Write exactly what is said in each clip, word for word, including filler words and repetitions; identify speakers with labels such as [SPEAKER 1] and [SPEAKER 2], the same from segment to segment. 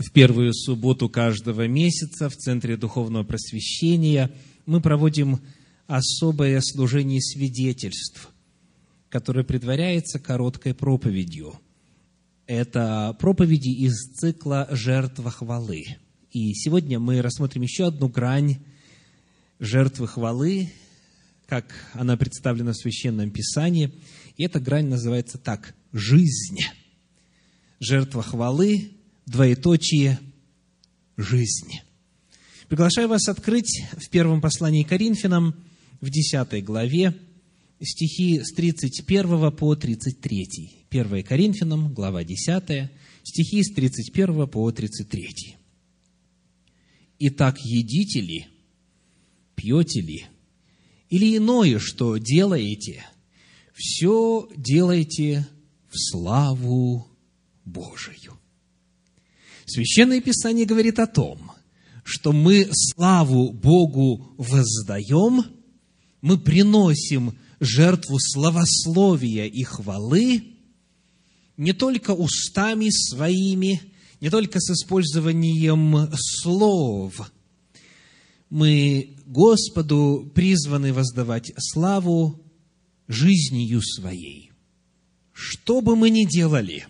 [SPEAKER 1] В первую субботу каждого месяца в Центре Духовного Просвещения мы проводим особое служение свидетельств, которое предваряется короткой проповедью. Это проповеди из цикла «Жертва хвалы». И сегодня мы рассмотрим еще одну грань жертвы хвалы, как она представлена в Священном Писании. И эта грань называется так – «Жизнь». Жертва хвалы, двоеточие, жизнь. Приглашаю вас открыть в первом послании к Коринфянам, в десятой главе, стихи с тридцать первого по тридцать третий. первое Коринфянам, глава десятая, стихи с тридцать первого по тридцать третий. «Итак, едите ли, пьете ли, или иное, что делаете, все делайте в славу Божию». Священное Писание говорит о том, что мы славу Богу воздаем, мы приносим жертву славословия и хвалы не только устами своими, не только с использованием слов. Мы Господу призваны воздавать славу жизнью своей. Что бы мы ни делали,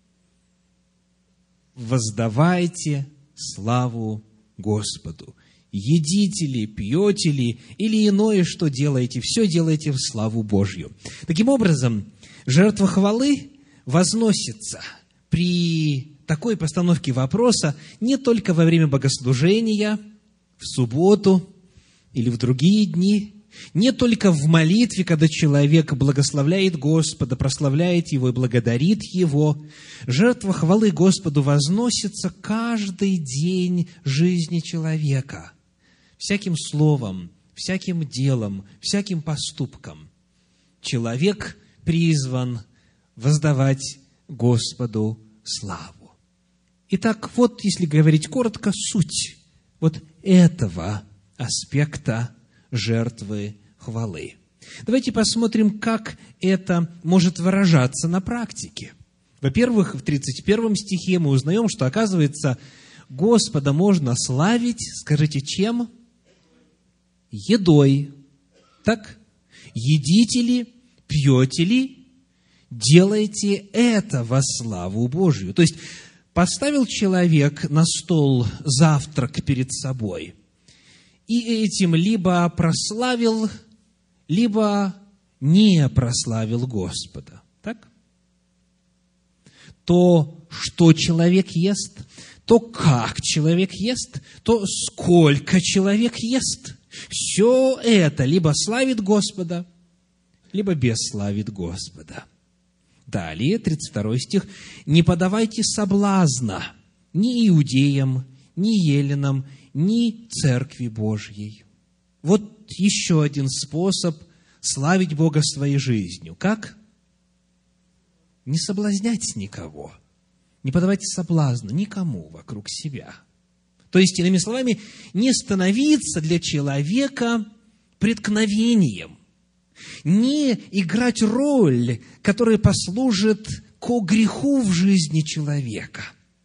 [SPEAKER 1] воздавайте славу Господу. Едите ли, пьете ли, или иное, что делаете, все делайте в славу Божью. Таким образом, жертва хвалы возносится при такой постановке вопроса не только во время богослужения, в субботу или в другие дни, не только в молитве, когда человек благословляет Господа, прославляет Его и благодарит Его. Жертва хвалы Господу возносится каждый день жизни человека. Всяким словом, всяким делом, всяким поступком. Человек призван воздавать Господу славу. Итак, вот, если говорить коротко, суть вот этого аспекта жертвы хвалы. Давайте посмотрим, как это может выражаться на практике. Во-первых, в тридцать первом стихе мы узнаем, что, оказывается, Господа можно славить, скажите, чем? Едой. Так? Едите ли, пьете ли, делайте это во славу Божию. То есть, поставил человек на стол завтрак перед собой, и этим либо прославил, либо не прославил Господа. Так? То, что человек ест, то, как человек ест, то, сколько человек ест, все это либо славит Господа, либо бесславит Господа. Далее, тридцать второй стих. «Не подавайте соблазна ни иудеям, ни еленам, ни Церкви Божьей». Вот еще один способ славить Бога своей жизнью. Как? Не соблазнять никого, не подавайте соблазна никому вокруг себя. То есть, иными словами, не становиться для человека преткновением, не играть роль, которая послужит ко греху в жизни человека.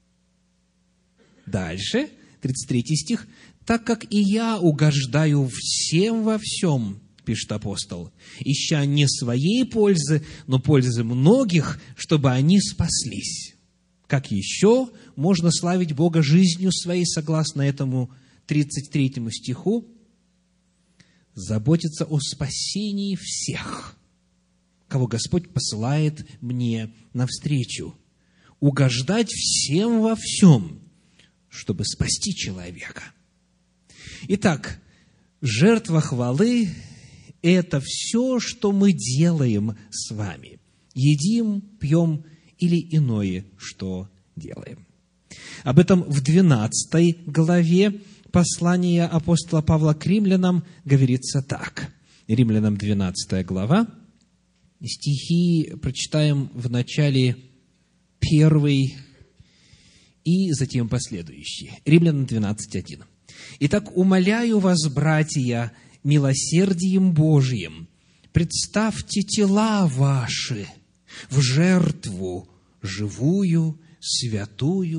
[SPEAKER 1] Дальше, тридцать третий стих. «Так как и я угождаю всем во всем, — пишет апостол, — ища не своей пользы, но пользы многих, чтобы они спаслись». Как еще можно славить Бога жизнью своей, согласно этому тридцать третьему стиху? Заботиться о спасении всех, кого Господь посылает мне навстречу. Угождать всем во всем, чтобы спасти человека. Итак, жертва хвалы – это все, что мы делаем с вами. Едим, пьем или иное, что делаем. Об этом в двенадцатой главе послания апостола Павла к римлянам говорится так. Римлянам двенадцатая глава, стихи прочитаем в начале первый и затем последующие. Римлянам двенадцать один. «Итак, умоляю вас, братья, милосердием Божиим, представьте тела ваши в жертву живую, святую,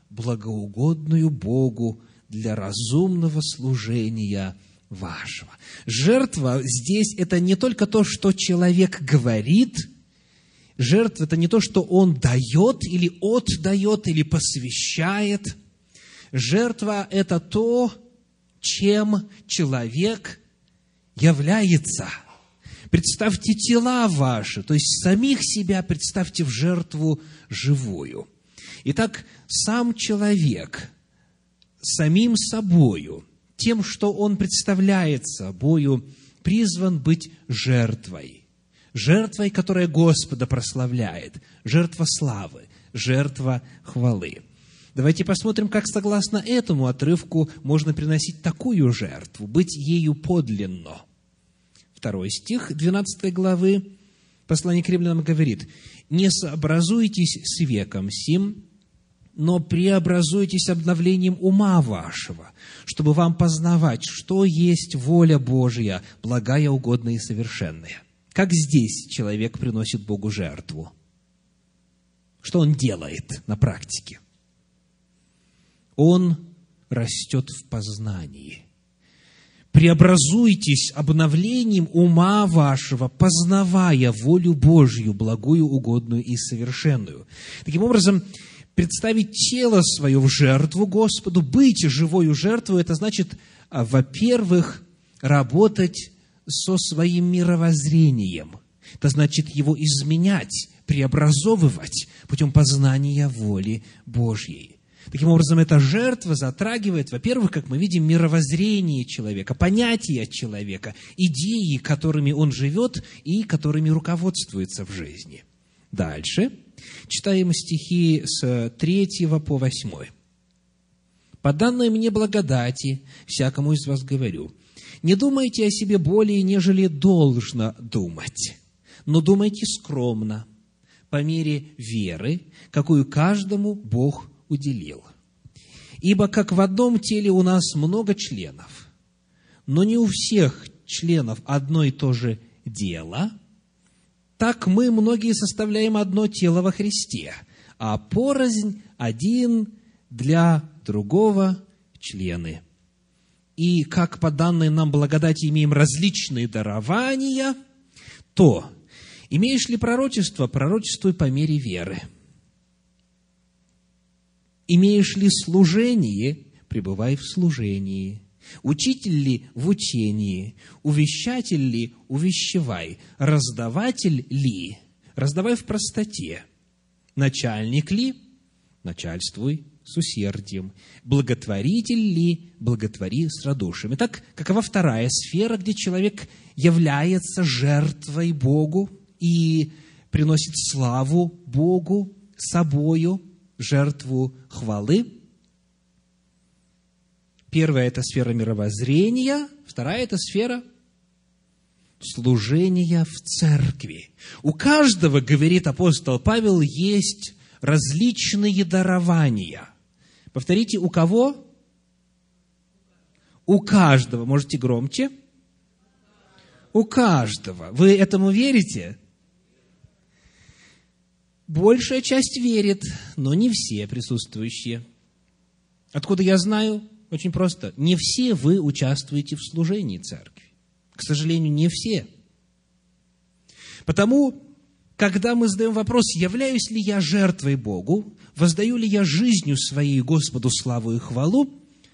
[SPEAKER 1] благоугодную Богу для разумного служения вашего». Жертва здесь – это не только то, что человек говорит. Жертва – это не то, что он дает, или отдает, или посвящает. Жертва – это то, чем человек является. Представьте тела ваши, то есть самих себя представьте в жертву живую. Итак, сам человек самим собою, тем, что он представляет собою, призван быть жертвой. Жертвой, которая Господа прославляет. Жертва славы, жертва хвалы. Давайте посмотрим, как согласно этому отрывку можно приносить такую жертву, быть ею подлинно. Второй стих двенадцатой главы послание к римлянам говорит: «Не сообразуйтесь с веком сим, но преобразуйтесь обновлением ума вашего, чтобы вам познавать, что есть воля Божья, благая, угодная и совершенная». Как здесь человек приносит Богу жертву? Что он делает на практике? Он растет в познании. «Преобразуйтесь обновлением ума вашего, познавая волю Божью, благую, угодную и совершенную». Таким образом, представить тело свое в жертву Господу, быть живою жертвой, это значит, во-первых, работать со своим мировоззрением. Это значит его изменять, преобразовывать путем познания воли Божьей. Таким образом, эта жертва затрагивает, во-первых, как мы видим, мировоззрение человека, понятия человека, идеи, которыми он живет и которыми руководствуется в жизни. Дальше читаем стихи с третьего по восьмой. «По данной мне благодати, всякому из вас говорю, не думайте о себе более, нежели должно думать, но думайте скромно, по мере веры, какую каждому Бог уделил. Ибо как в одном теле у нас много членов, но не у всех членов одно и то же дело, так мы многие составляем одно тело во Христе, а порознь один для другого члены. И как по данной нам благодати имеем различные дарования, то имеешь ли пророчество, пророчествуй по мере веры. Имеешь ли служение, пребывай в служении. Учитель ли в учении, увещатель ли увещевай, раздаватель ли, раздавай в простоте, начальник ли, начальствуй с усердием, благотворитель ли, благотвори с радушием. Итак, какова вторая сфера, где человек является жертвой Богу и приносит славу Богу собою, жертву хвалы? Первая – это сфера мировоззрения, вторая – это сфера служения в церкви. У каждого, говорит апостол Павел, есть различные дарования. Повторите, у кого? У каждого. Можете громче? У каждого. Вы этому верите? Большая часть верит, но не все присутствующие. Откуда я знаю? Очень просто. Не все вы участвуете в служении церкви. К сожалению, не все. Потому, когда мы задаем вопрос, являюсь ли я жертвой Богу, воздаю ли я жизнью своей Господу славу и хвалу,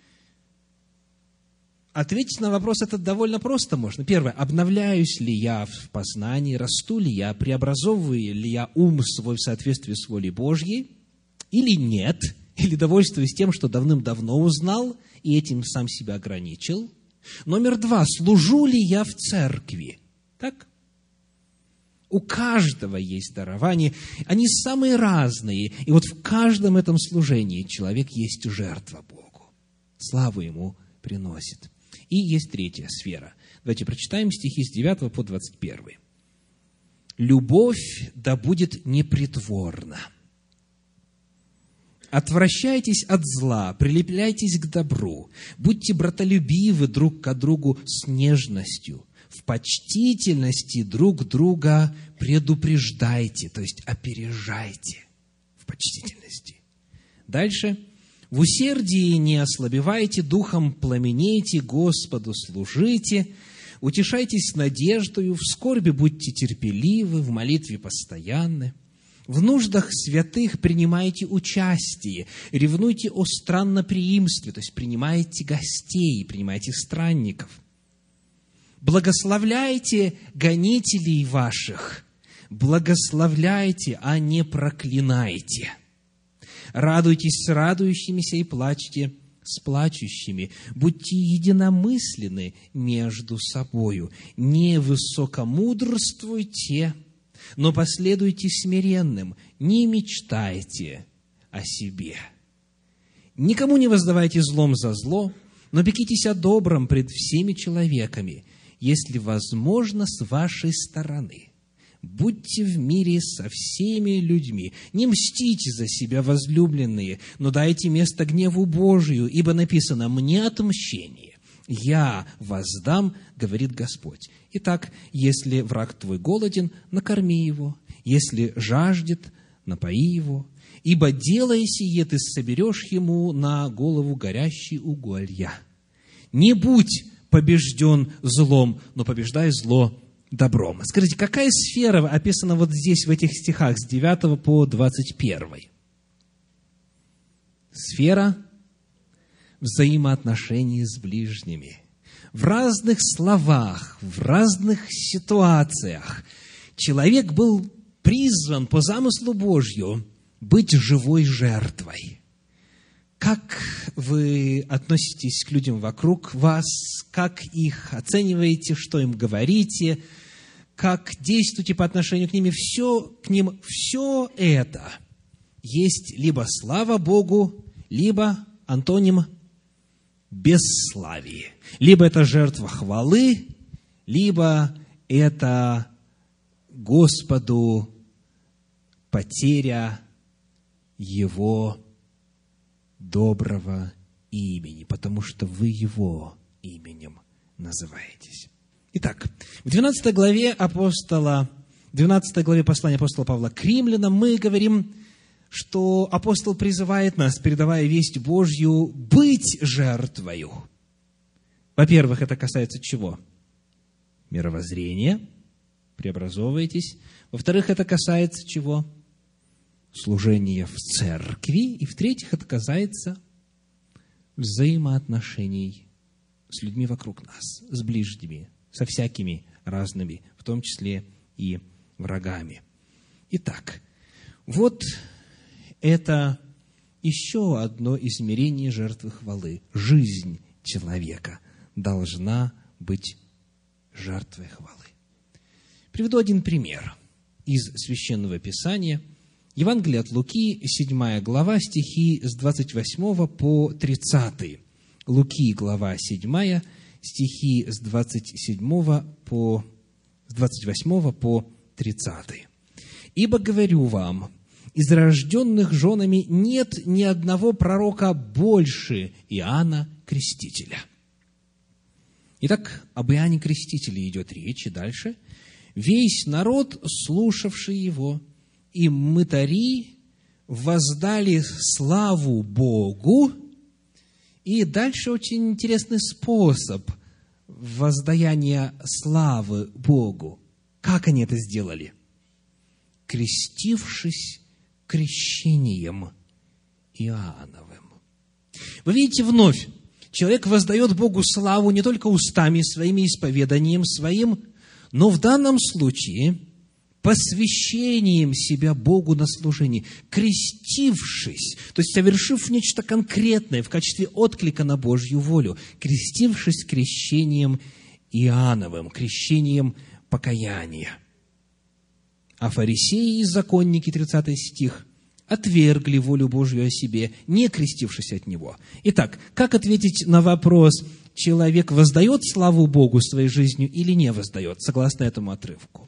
[SPEAKER 1] ответить на вопрос этот довольно просто можно. Первое. Обновляюсь ли я в познании, расту ли я, преобразовываю ли я ум свой в соответствии с волей Божьей, или нет, или довольствуюсь тем, что давным-давно узнал, и этим сам себя ограничил. Номер два. Служу ли я в церкви? Так? У каждого есть дарования, они самые разные, и вот в каждом этом служении человек есть жертва Богу. Славу Ему приносит. И есть третья сфера. Давайте прочитаем стихи с девятого по двадцать первый. «Любовь да будет непритворна. Отвращайтесь от зла, прилепляйтесь к добру, будьте братолюбивы друг к другу с нежностью, в почтительности друг друга предупреждайте, то есть опережайте в почтительности». Дальше. В усердии не ослабевайте, духом пламенейте, Господу служите, утешайтесь надеждою, в скорби будьте терпеливы, в молитве постоянны. В нуждах святых принимайте участие, ревнуйте о странноприимстве, то есть принимайте гостей, принимайте странников. Благословляйте гонителей ваших, благословляйте, а не проклинайте. Радуйтесь с радующимися и плачьте с плачущими. Будьте единомысленны между собою. Не высокомудрствуйте, но последуйте смиренным. Не мечтайте о себе. Никому не воздавайте злом за зло, но пекитесь о добром пред всеми человеками, если возможно с вашей стороны. Будьте в мире со всеми людьми. Не мстите за себя, возлюбленные, но дайте место гневу Божию, ибо написано: «Мне отмщение, я воздам, говорит Господь». Итак, если враг твой голоден, накорми его, если жаждет, напои его, ибо делая сие, ты соберешь ему на голову горящие уголья. Не будь побежден злом, но побеждай зло добром. Скажите, какая сфера описана вот здесь, в этих стихах, с девятого по двадцать первый? Сфера взаимоотношений с ближними. В разных словах, в разных ситуациях человек был призван по замыслу Божью быть живой жертвой. Как вы относитесь к людям вокруг вас? Как их оцениваете? Что им говорите? Как действуете по отношению к ним? Все, к ним, все это есть либо слава Богу, либо антоним бесславие. Либо это жертва хвалы, либо это Господу потеря Его доброго имени, потому что вы Его именем называетесь. Итак, в двенадцатой главе апостола, двенадцатой главе послания апостола Павла к римлянам мы говорим, что апостол призывает нас, передавая весть Божью, быть жертвою. Во-первых, это касается чего? Мировоззрения. Преобразовывайтесь. Во-вторых, это касается чего? Служения в церкви. И в-третьих, это касается взаимоотношений с людьми вокруг нас, с ближними, со всякими разными, в том числе и врагами. Итак, вот это еще одно измерение жертвы хвалы. Жизнь человека должна быть жертвой хвалы. Приведу один пример из Священного Писания. Евангелие от Луки, седьмая глава, стихи с двадцать восьмого по тридцатый. Луки, глава седьмая, стихи с двадцать седьмого по, с двадцать восьмого по тридцатый. «Ибо говорю вам, из рожденных женами нет ни одного пророка больше Иоанна Крестителя». Итак, об Иоанне Крестителе идет речь, и дальше. «Весь народ, слушавший его, и мытари воздали славу Богу». И дальше очень интересный способ воздаяния славы Богу. Как они это сделали? Крестившись крещением Иоанновым. Вы видите, вновь, человек воздает Богу славу не только устами своими, исповеданием своим, но в данном случае посвящением себя Богу на служение, крестившись, то есть совершив нечто конкретное в качестве отклика на Божью волю, крестившись крещением Иоанновым, крещением покаяния. А фарисеи и законники, тридцатый стих, отвергли волю Божью о себе, не крестившись от Него. Итак, как ответить на вопрос, человек воздает славу Богу своей жизнью или не воздает, согласно этому отрывку?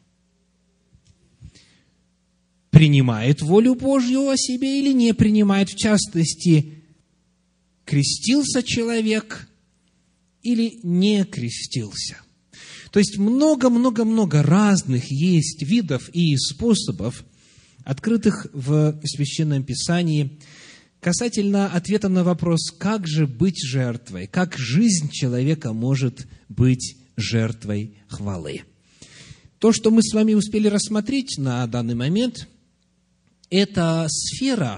[SPEAKER 1] Принимает волю Божью о себе или не принимает? В частности, крестился человек или не крестился? То есть много-много-много разных есть видов и способов, открытых в Священном Писании, касательно ответа на вопрос, как же быть жертвой, как жизнь человека может быть жертвой хвалы. То, что мы с вами успели рассмотреть на данный момент, это сфера,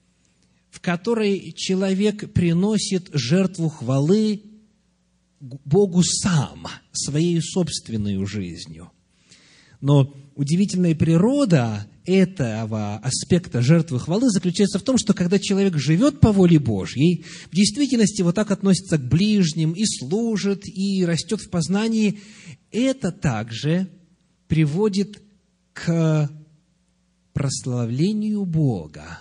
[SPEAKER 1] в которой человек приносит жертву хвалы Богу сам, своей собственной жизнью. Но удивительная природа этого аспекта жертвы хвалы заключается в том, что когда человек живет по воле Божьей, в действительности вот так относится к ближним и служит, и растет в познании, это также приводит к прославлению Бога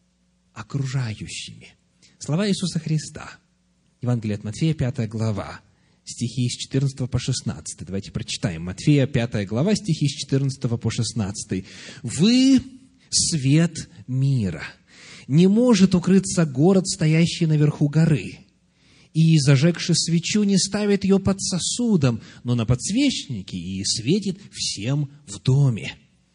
[SPEAKER 1] окружающими. Слова Иисуса Христа. Евангелие от Матфея, пятая глава, стихи с четырнадцатого по шестнадцатый. Давайте прочитаем. Матфея, пятая глава, стихи с четырнадцатого по шестнадцатый. «Вы – свет мира. Не может укрыться город, стоящий наверху горы. И, зажегши свечу, не ставит ее под сосудом, но на подсвечнике, и светит всем в доме.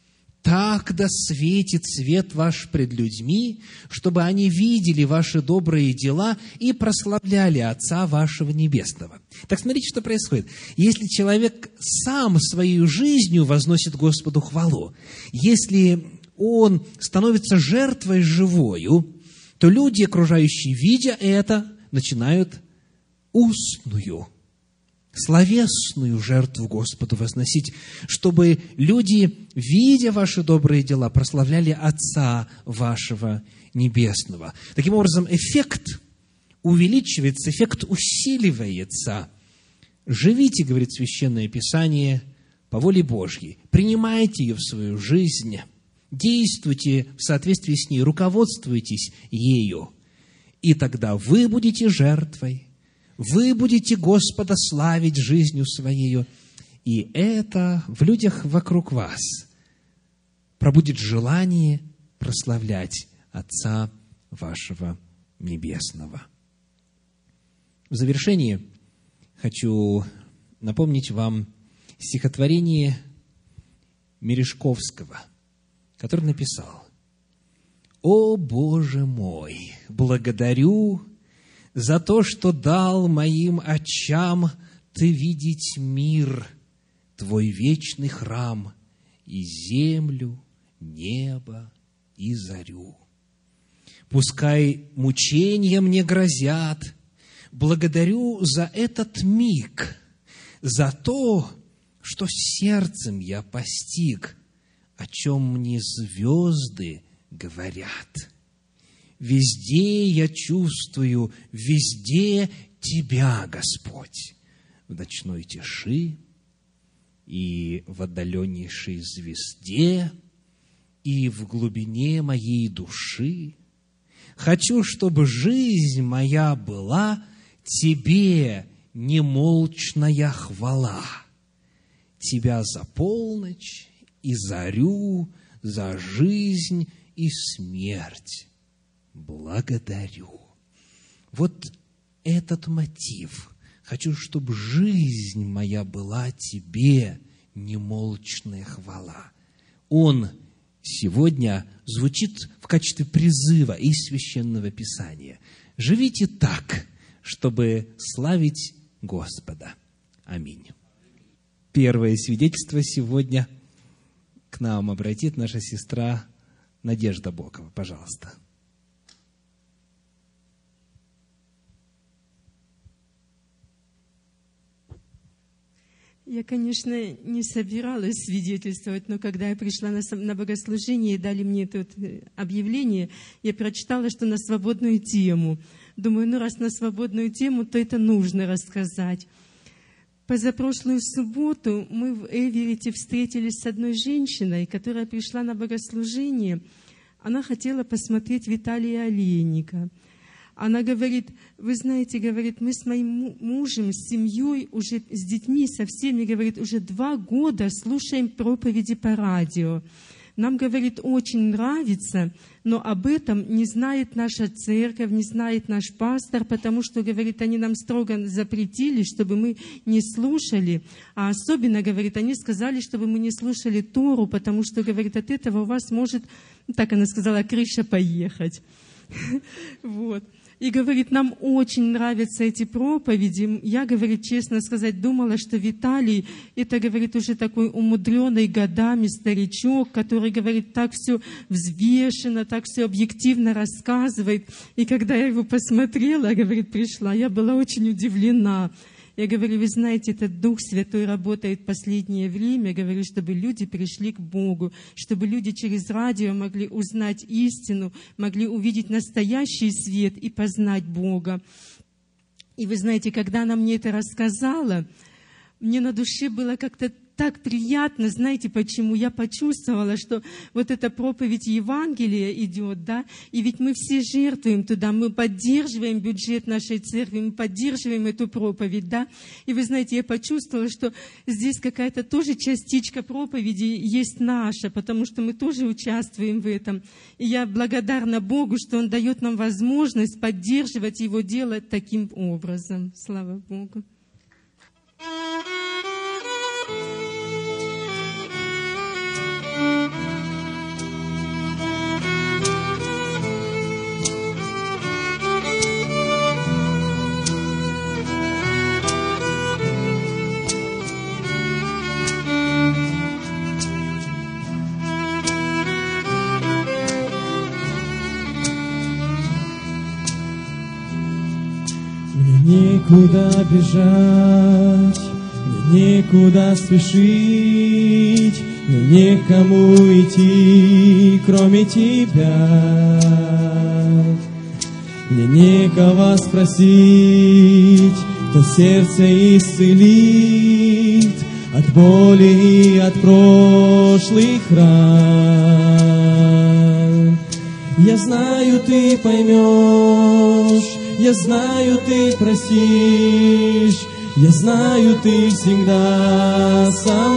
[SPEAKER 1] Так да светит свет ваш пред людьми, чтобы они видели ваши добрые дела и прославляли Отца вашего Небесного». Так смотрите, что происходит. Если человек сам своей жизнью возносит Господу хвалу, если он становится жертвой живою, то люди, окружающие, видя это, начинают устную, словесную жертву Господу возносить, чтобы люди, видя ваши добрые дела, прославляли Отца вашего Небесного. Таким образом, эффект увеличивается, эффект усиливается. Живите, говорит Священное Писание, по воле Божьей, принимайте ее в свою жизнь, действуйте в соответствии с ней, руководствуйтесь ею, и тогда вы будете жертвой, вы будете Господа славить жизнью Своею, и это в людях вокруг вас пробудит желание прославлять Отца вашего Небесного. В завершение хочу напомнить вам стихотворение Мережковского, который написал: «О Боже мой, благодарю за то, что дал моим очам Ты видеть мир, Твой вечный храм, и землю, небо и зарю. Пускай мучения мне грозят, благодарю за этот миг, за то, что сердцем я постиг, о чем мне звезды говорят. Везде я чувствую, везде Тебя, Господь, в ночной тиши и в отдаленнейшей звезде, и в глубине моей души. Хочу, чтобы жизнь моя была Тебе немолчная хвала. Тебя за полночь и зарю, за жизнь и смерть благодарю». Вот этот мотив. Хочу, чтобы жизнь моя была Тебе немолчная хвала. Он сегодня звучит в качестве призыва из Священного Писания. Живите так, чтобы славить Господа. Аминь. Первое свидетельство сегодня к нам обратит наша сестра Надежда Бокова. Пожалуйста.
[SPEAKER 2] Я, конечно, не собиралась свидетельствовать, но когда я пришла на, на богослужение и дали мне это вот объявление, я прочитала, что на свободную тему. Думаю, ну раз на свободную тему, то это нужно рассказать. Позапрошлую субботу мы в Эверете встретились с одной женщиной, которая пришла на богослужение. Она хотела посмотреть Виталия Олейника. Она говорит: вы знаете, говорит, мы с моим мужем, с семьей, уже с детьми, со всеми, говорит, уже два года слушаем проповеди по радио. Нам, говорит, очень нравится, но об этом не знает наша церковь, не знает наш пастор, потому что, говорит, они нам строго запретили, чтобы мы не слушали. А особенно, говорит, они сказали, чтобы мы не слушали Тору, потому что, говорит, от этого у вас может, так она сказала, крыша поехать. Вот. И говорит, нам очень нравятся эти проповеди. Я, говорит, честно сказать, думала, что Виталий, это, говорит, уже такой умудренный годами старичок, который, говорит, так все взвешенно, так все объективно рассказывает. И когда я его посмотрела, говорит, пришла, я была очень удивлена. Я говорю, вы знаете, этот Дух Святой работает в последнее время, говорю, чтобы люди пришли к Богу, чтобы люди через радио могли узнать истину, могли увидеть настоящий свет и познать Бога. И вы знаете, когда она мне это рассказала, мне на душе было как-то так приятно, знаете почему? Я почувствовала, что вот эта проповедь Евангелия идет, да, и ведь мы все жертвуем туда, мы поддерживаем бюджет нашей церкви, мы поддерживаем эту проповедь, да, и вы знаете, я почувствовала, что здесь какая-то тоже частичка проповеди есть наша, потому что мы тоже участвуем в этом, и я благодарна Богу, что Он дает нам возможность поддерживать Его дело таким образом. Слава Богу.
[SPEAKER 3] Некуда бежать, мне некуда спешить, мне некому идти, кроме Тебя. Мне некого спросить, кто сердце исцелит от боли и от прошлых ран. Я знаю, Ты поймешь, я знаю, Ты простишь, я знаю, Ты всегда со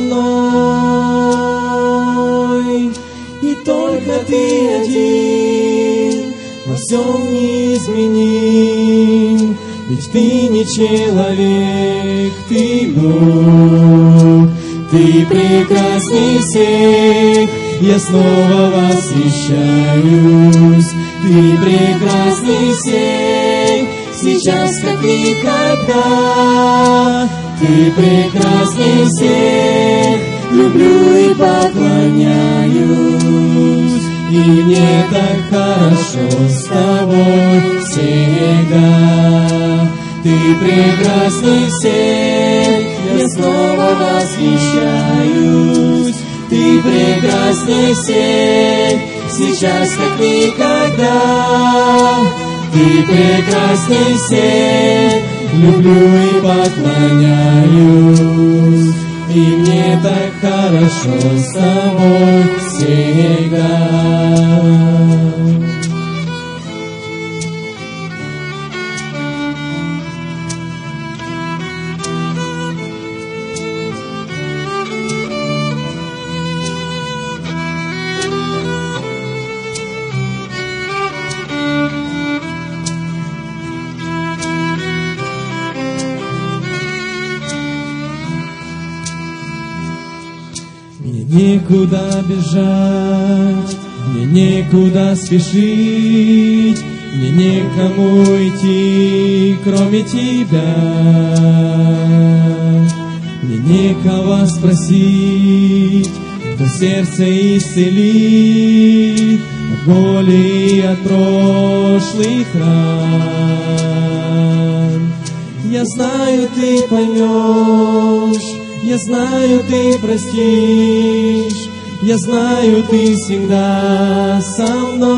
[SPEAKER 3] мной. И только Ты один во всем неизменим, ведь Ты не человек, Ты Бог. Ты прекрасней всех, я снова восхищаюсь. Ты прекрасней всех, сейчас как никогда. Ты прекрасней всех, люблю и поклоняюсь. И мне так хорошо с Тобой всегда. Ты прекрасней всех, я снова восхищаюсь. Ты прекрасней всех, сейчас как никогда. Ты прекрасней всех, люблю и поклоняюсь. И мне так хорошо с Тобой всегда. Некуда бежать, мне некуда спешить, мне некому идти, кроме Тебя. Мне некого спросить, кто сердце исцелит от боли и от прошлых ран. Я знаю, Ты поймешь, я знаю, Ты простишь, я знаю, Ты всегда со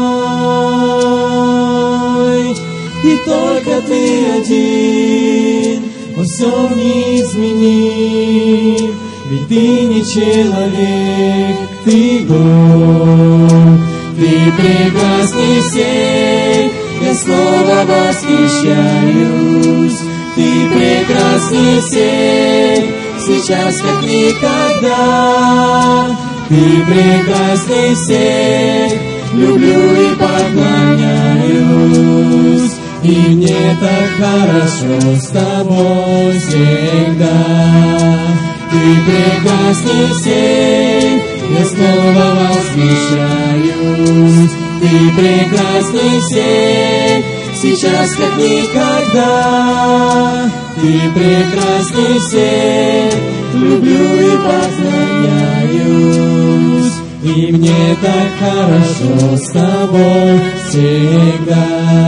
[SPEAKER 3] мной. И только Ты один во всем неизменим, ведь Ты не человек, Ты Бог. Ты прекрасней всех, я снова восхищаюсь. Ты прекрасней всех, сейчас как никогда. Ты прекрасней всех, люблю и поклоняюсь. И мне так хорошо с Тобой всегда. Ты прекрасней всех, я снова восхищаюсь. Ты прекрасней всех, сейчас как никогда. Ты прекрасней всех, люблю и поклоняюсь. И мне так хорошо с тобой всегда.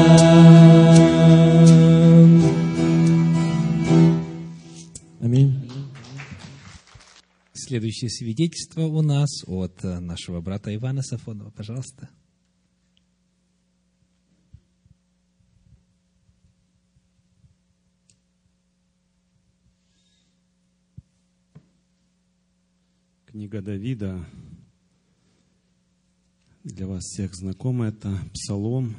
[SPEAKER 3] Аминь.
[SPEAKER 1] Следующее свидетельство у нас от нашего брата Ивана Сафонова. Пожалуйста.
[SPEAKER 4] Книга Давида. Для вас всех знакома, это Псалом,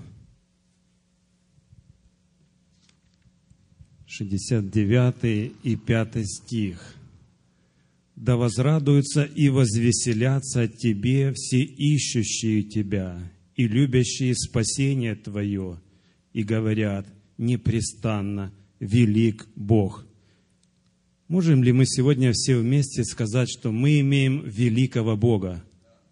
[SPEAKER 4] шестьдесят девятый и пятый стих. «Да возрадуются и возвеселятся Тебе все ищущие Тебя и любящие спасение Твое, и говорят непрестанно: велик Бог». Можем ли мы сегодня все вместе сказать, что мы имеем великого Бога?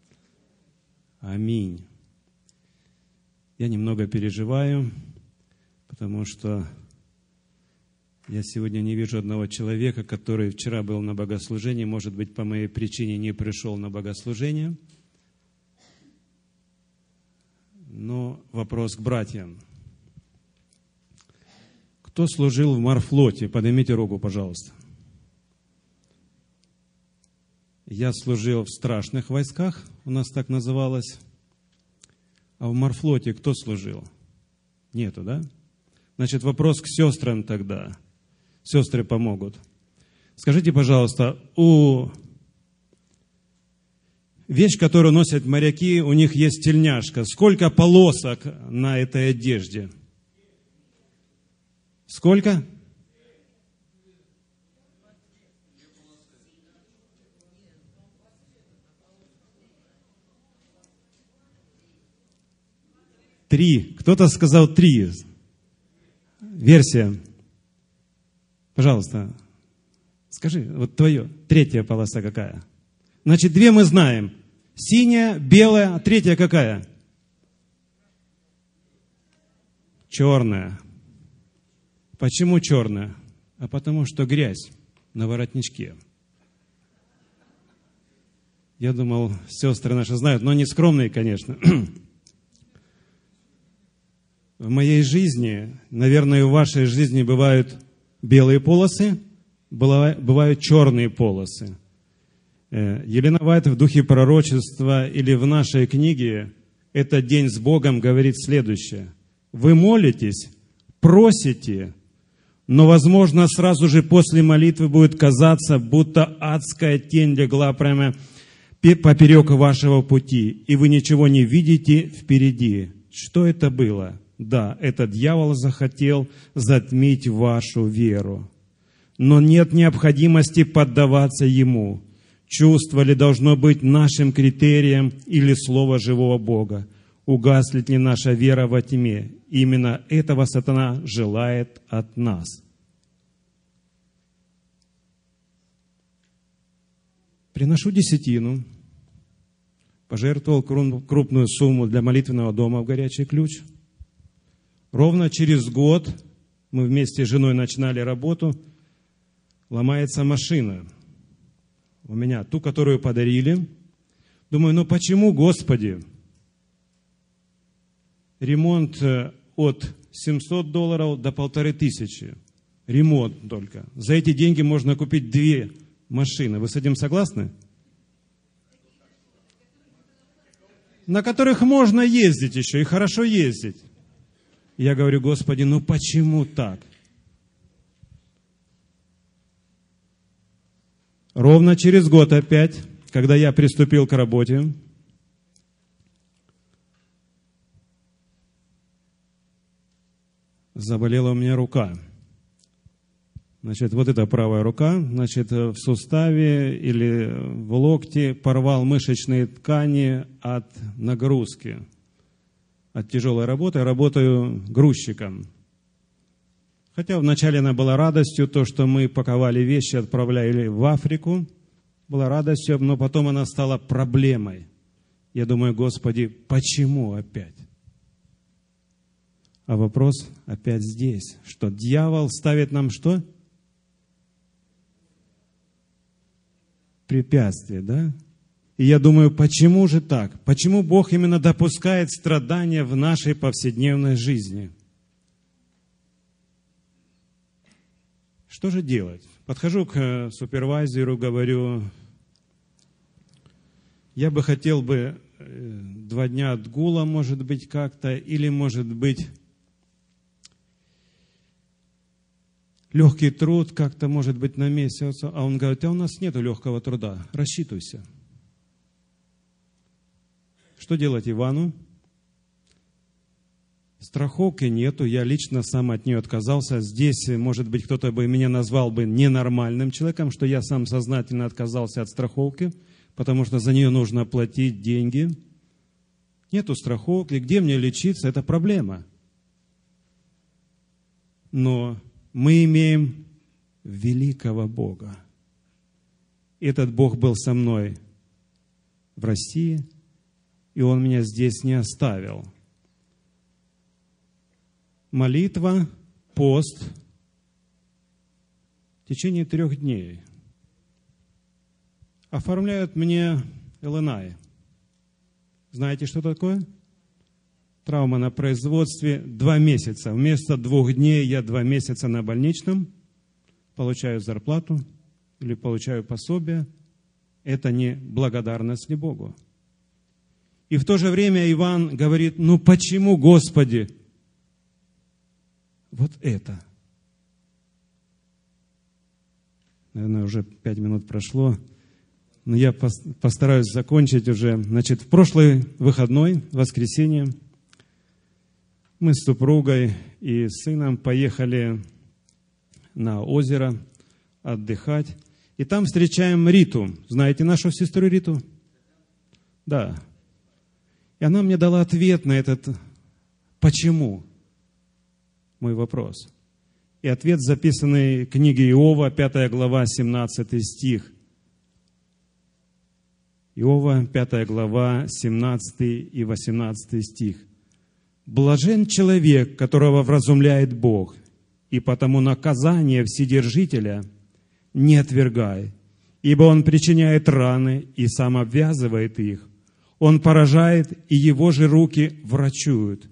[SPEAKER 4] Аминь. Я немного переживаю, потому что я сегодня не вижу одного человека, который вчера был на богослужении, может быть, по моей причине не пришел на богослужение. Но вопрос к братьям. Кто служил в морфлоте? Поднимите руку, пожалуйста. Я служил в страшных войсках, у нас так называлось. А в морфлоте кто служил? Нету, да? Значит, вопрос к сестрам тогда. Сестры помогут. Скажите, пожалуйста, у вещь, которую носят моряки, у них есть тельняшка. Сколько полосок на этой одежде? Сколько? Три. Кто-то сказал три. Версия. Пожалуйста, скажи, вот твое, третья полоса какая? Значит, две мы знаем. Синяя, белая, а третья какая? Черная. Почему черная? А потому что грязь на воротничке. Я думал, сестры наши знают, но не скромные, конечно. В моей жизни, наверное, и в вашей жизни бывают белые полосы, бывают черные полосы. Елена Вайт в духе пророчества или в нашей книге «Этот день с Богом» говорит следующее. Вы молитесь, просите, но, возможно, сразу же после молитвы будет казаться, будто адская тень легла прямо поперек вашего пути, и вы ничего не видите впереди. Что это было? Да, это дьявол захотел затмить вашу веру. Но нет необходимости поддаваться ему. Чувство ли должно быть нашим критерием или слово живого Бога? Угаснет ли наша вера во тьме? Именно этого сатана желает от нас. Приношу десятину. Пожертвовал крупную сумму для молитвенного дома в «Горячий ключ». Ровно через год, мы вместе с женой начинали работу, ломается машина. У меня ту, которую подарили. Думаю, ну почему, Господи? Ремонт от семисот долларов до полторы тысячи. Ремонт только. За эти деньги можно купить две машины. Вы с этим согласны? На которых можно ездить еще и хорошо ездить. Я говорю, Господи, ну почему так? Ровно через год опять, когда я приступил к работе, заболела у меня рука. Значит, вот эта правая рука, значит, в суставе или в локте порвал мышечные ткани от нагрузки, от тяжелой работы. Я работаю грузчиком. Хотя вначале она была радостью, то, что мы паковали вещи, отправляли в Африку, была радостью, но потом она стала проблемой. Я думаю, Господи, почему опять? А вопрос опять здесь, что дьявол ставит нам что? Препятствие, да? И я думаю, почему же так? Почему Бог именно допускает страдания в нашей повседневной жизни? Что же делать? Подхожу к супервайзеру, говорю, я бы хотел бы два дня отгула, может быть, как-то, или, может быть, легкий труд как-то, может быть, на месяц. А он говорит, а у нас нету легкого труда, рассчитывайся. Что делать Ивану? Страховки нету, я лично сам от нее отказался. Здесь, может быть, кто-то бы меня назвал бы ненормальным человеком, что я сам сознательно отказался от страховки, потому что за нее нужно платить деньги. Нету страховки, где мне лечиться, это проблема. Но мы имеем великого Бога. Этот Бог был со мной в России, и Он меня здесь не оставил. Молитва, пост в течение трех дней. Оформляют мне эл эн ай. Знаете, что такое? Травма на производстве два месяца. Вместо двух дней я два месяца на больничном, получаю зарплату или получаю пособие. Это не благодарность ли Богу? И в то же время Иван говорит, ну почему, Господи, вот это? Наверное, уже пять минут прошло, но я постараюсь закончить уже. Значит, в прошлый выходной, воскресенье, мы с супругой и сыном поехали на озеро отдыхать. И там встречаем Риту. Знаете нашу сестру Риту? Да. И она мне дала ответ на этот «почему?» мой вопрос. И ответ, записанный в книге Иова, пятая глава, семнадцатый стих. Иова, пятая глава, семнадцатый и восемнадцатый стих. «Блажен человек, которого вразумляет Бог, и потому наказание Вседержителя не отвергай, ибо Он причиняет раны и сам обвязывает их. Он поражает, и Его же руки врачуют».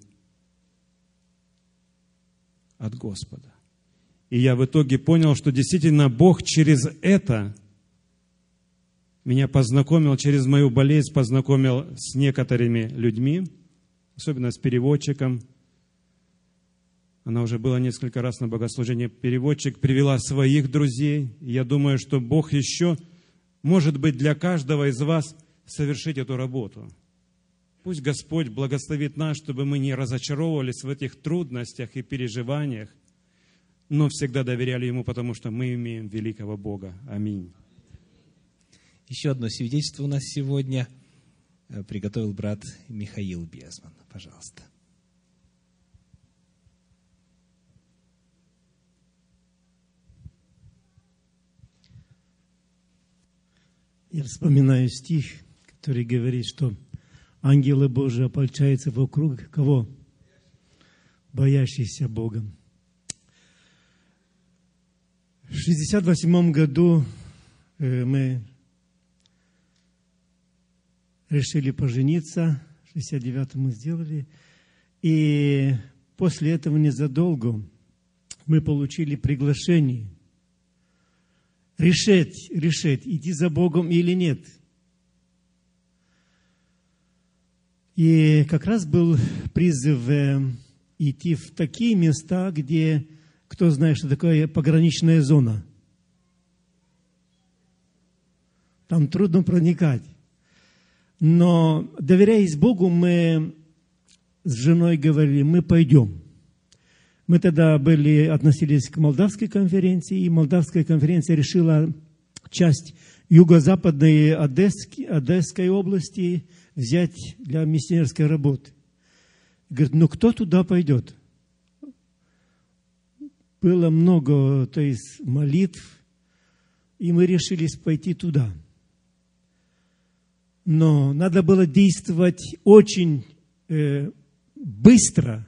[SPEAKER 4] От Господа. И я в итоге понял, что действительно Бог через это меня познакомил, через мою болезнь познакомил с некоторыми людьми, особенно с переводчиком. Она уже была несколько раз на богослужении. Переводчик привела своих друзей. И я думаю, что Бог еще, может быть, для каждого из вас совершить эту работу. Пусть Господь благословит нас, чтобы мы не разочаровывались в этих трудностях и переживаниях, но всегда доверяли Ему, потому что мы имеем великого Бога. Аминь.
[SPEAKER 1] Еще одно свидетельство у нас сегодня приготовил брат Михаил Безман. Пожалуйста.
[SPEAKER 5] Я вспоминаю стих, который говорит, что ангелы Божии ополчаются вокруг кого? Боящихся Бога. В шестьдесят восьмом году э, мы решили пожениться, в шестьдесят девятом мы сделали, и после этого незадолго мы получили приглашение решить, решить, идти за Богом или нет. И как раз был призыв э, идти в такие места, где, кто знает, что такое пограничная зона. Там трудно проникать. Но, доверяясь Богу, мы с женой говорили, мы пойдем. Мы тогда были, относились к Молдавской конференции, и Молдавская конференция решила часть юго-западной Одесски, Одесской области взять для миссионерской работы. Говорит, ну кто туда пойдет? Было много, то есть, молитв, и мы решились пойти туда. Но надо было действовать очень э, быстро,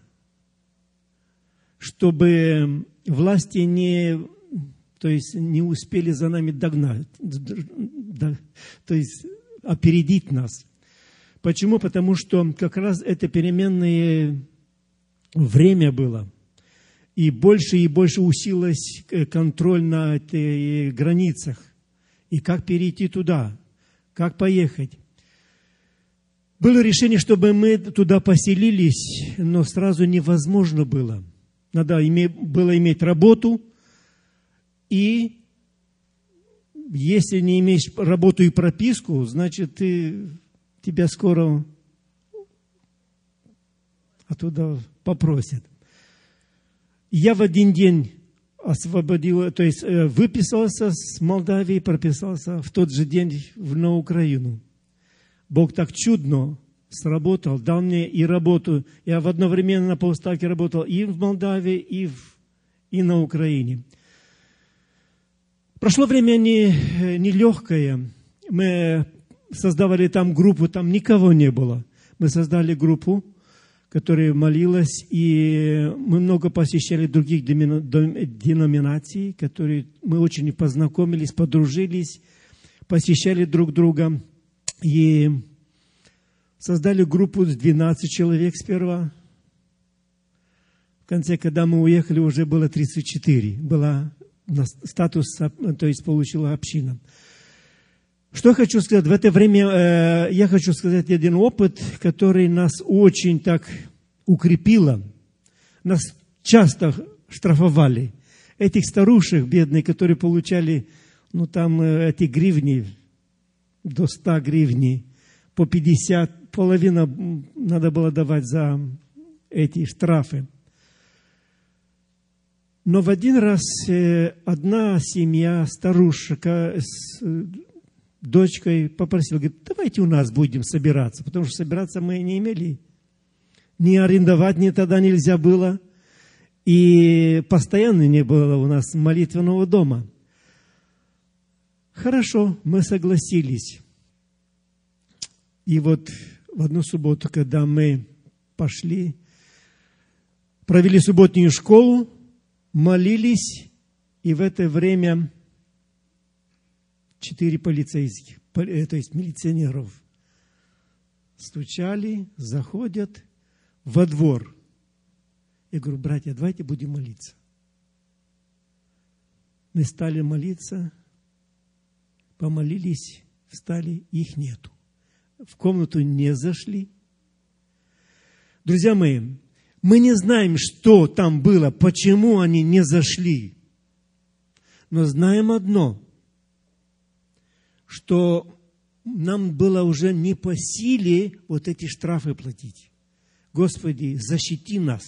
[SPEAKER 5] чтобы власти не, то есть не успели за нами догнать, да, то есть опередить нас. Почему? Потому что как раз это переменное время было. И больше и больше усилилась контроль на этих границах. И как перейти туда, как поехать. Было решение, чтобы мы туда поселились, но сразу невозможно было. Надо име, было иметь работу, и если не имеешь работу и прописку, значит, ты, тебя скоро оттуда попросят. Я в один день освободил, то есть выписался с Молдавии, прописался в тот же день на Украину. Бог так чудно сработал, дал мне и работу. Я в одновременно на полставки работал и в Молдавии, и, в, и на Украине. Прошло время не, нелегкое. Мы создавали там группу, там никого не было. Мы создали группу, которая молилась, и мы много посещали других деноминаций, которые мы очень познакомились, подружились, посещали друг друга. И создали группу с двенадцати человек сперва. В конце, когда мы уехали, уже было тридцать четыре. Была статус, то есть получила община. Что я хочу сказать? В это время э, я хочу сказать один опыт, который нас очень так укрепило. Нас часто штрафовали. Этих старушек бедных, которые получали, ну там э, эти гривни, до ста гривней, по пятьдесят, половина надо было давать за эти штрафы. Но в один раз одна семья, старушка с дочкой попросила, говорит, давайте у нас будем собираться, потому что собираться мы не имели. Ни арендовать ни тогда нельзя было, и постоянно не было у нас молитвенного дома. Хорошо, мы согласились. И вот в одну субботу, когда мы пошли, провели субботнюю школу, молились, и в это время четыре полицейских, то есть милиционеров, стучали, заходят во двор. Я говорю, братья, давайте будем молиться. Мы стали молиться, помолились, встали, их нету. В комнату не зашли. Друзья мои, мы не знаем, что там было, почему они не зашли. Но знаем одно, что нам было уже не по силе вот эти штрафы платить. Господи, защити нас.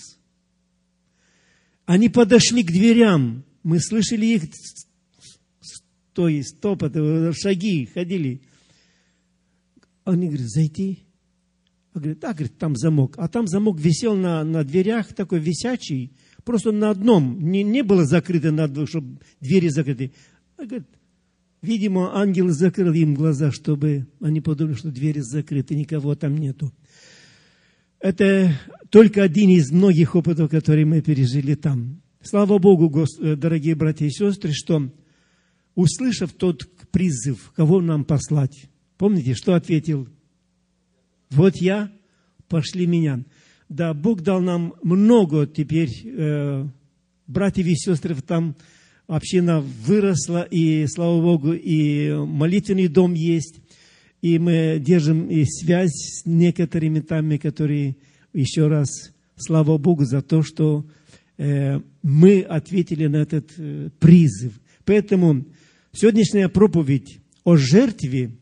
[SPEAKER 5] Они подошли к дверям, мы слышали их стой, стопот, шаги ходили. Они говорят, зайти. Он говорит, да, говорит, там замок. А там замок висел на, на дверях, такой висячий, просто на одном. Не, не было закрыто, надо, чтобы двери закрыты. Он говорит, видимо, ангел закрыл им глаза, чтобы они подумали, что двери закрыты, никого там нету. Это только один из многих опытов, которые мы пережили там. Слава Богу, дорогие братья и сестры, что, услышав тот призыв, кого нам послать, помните, что ответил? Вот я, пошли меня. Да, Бог дал нам много теперь э, братьев и сестр, там община выросла, и, слава Богу, и молитвенный дом есть, и мы держим и связь с некоторыми там, которые, еще раз, слава Богу за то, что э, мы ответили на этот э, призыв. Поэтому сегодняшняя проповедь о жертве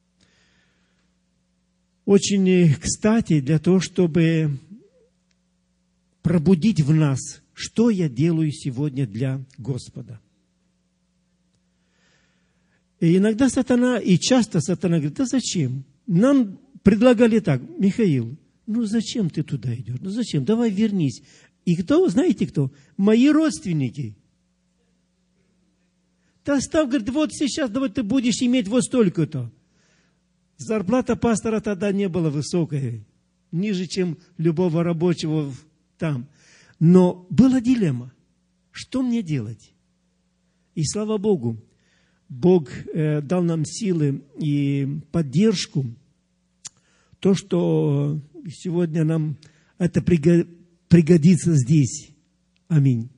[SPEAKER 5] очень кстати для того, чтобы пробудить в нас, что я делаю сегодня для Господа. И иногда сатана, и часто сатана говорит, да зачем? Нам предлагали так, Михаил, ну зачем ты туда идешь? Ну зачем? Давай вернись. И кто, знаете кто? Мои родственники. Ты оставь, говорит, вот сейчас, давай ты будешь иметь вот столько-то. Зарплата пастора тогда не была высокой, ниже, чем любого рабочего там. Но была дилемма. Что мне делать? И слава Богу, Бог э, дал нам силы и поддержку. То, что сегодня нам это пригодится здесь. Аминь.